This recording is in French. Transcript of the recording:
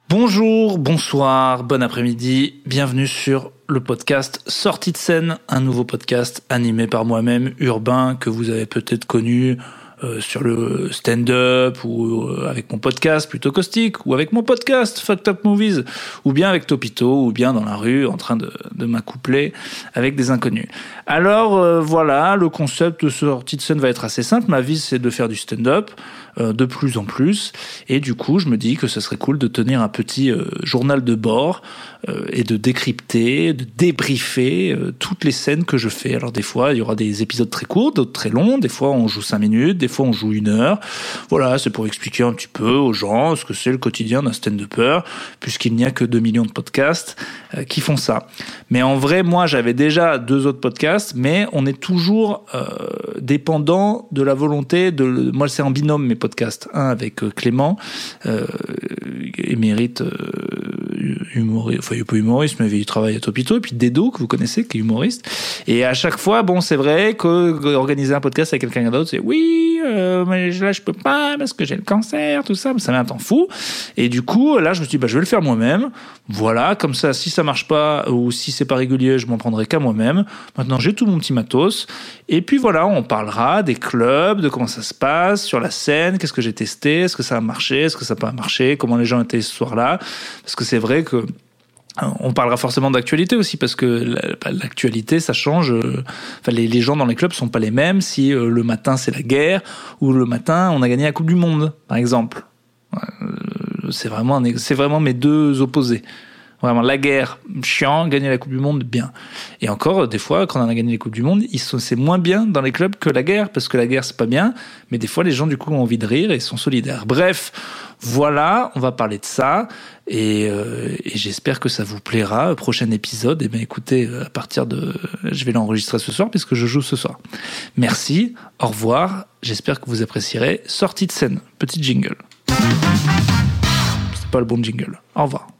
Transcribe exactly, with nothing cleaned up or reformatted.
Bonjour, bonsoir, bon après-midi, bienvenue sur le podcast Sortie de scène, un nouveau podcast animé par moi-même, Urbain, que vous avez peut-être connu euh, sur le stand-up ou euh, avec mon podcast Plutôt Caustique, ou avec mon podcast Fucked Up Movies, ou bien avec Topito, ou bien dans la rue en train de, de m'accoupler avec des inconnus. Alors euh, voilà, le concept de Sortie de scène va être assez simple, ma vie c'est de faire du stand-up, de plus en plus, et du coup je me dis que ce serait cool de tenir un petit euh, journal de bord euh, et de décrypter, de débriefer euh, toutes les scènes que je fais. Alors des fois il y aura des épisodes très courts, d'autres très longs, des fois on joue cinq minutes, des fois on joue une heure. Voilà, c'est pour expliquer un petit peu aux gens ce que c'est le quotidien d'un stand-upper, puisqu'il n'y a que deux millions de podcasts euh, qui font ça. Mais en vrai, moi j'avais déjà deux autres podcasts, mais on est toujours euh, dépendant de la volonté de... Moi c'est en binôme mes podcasts, un avec Clément, euh, émérite euh, humoriste, enfin il est pas humoriste, mais il travaille à Topito, et puis Dedo, que vous connaissez, qui est humoriste. Et à chaque fois, bon, c'est vrai qu'organiser un podcast avec quelqu'un d'autre, c'est oui, euh, mais là je peux pas parce que j'ai le cancer, tout ça, mais ça met un temps fou. Et du coup, là je me suis dit, bah je vais le faire moi-même. Voilà, comme ça, si ça marche pas ou si c'est pas régulier, je m'en prendrai qu'à moi-même. Maintenant, j'ai tout mon petit matos. Et puis voilà, on parlera des clubs, de comment ça se passe sur la scène, qu'est-ce que j'ai testé, est-ce que ça a marché, est-ce que ça n'a pas marché, comment les gens étaient ce soir-là. Parce que c'est vrai que on parlera forcément d'actualité aussi, parce que l'actualité, ça change. Enfin, les, les gens dans les clubs sont pas les mêmes si euh, le matin c'est la guerre ou le matin on a gagné la Coupe du Monde, par exemple. C'est vraiment, un, c'est vraiment mes deux opposés. Vraiment, la guerre, chiant, gagner la Coupe du Monde, bien. Et encore, des fois, quand on a gagné les Coupes du Monde, ils sont, c'est moins bien dans les clubs que la guerre, parce que la guerre, c'est pas bien, mais des fois, les gens, du coup, ont envie de rire et sont solidaires. Bref, voilà, on va parler de ça, et, euh, et j'espère que ça vous plaira. Prochain épisode, eh bien, écoutez, à partir de... Je vais l'enregistrer ce soir, puisque je joue ce soir. Merci, au revoir, j'espère que vous apprécierez. Sortie de scène, petit jingle. C'est pas le bon jingle. Au revoir.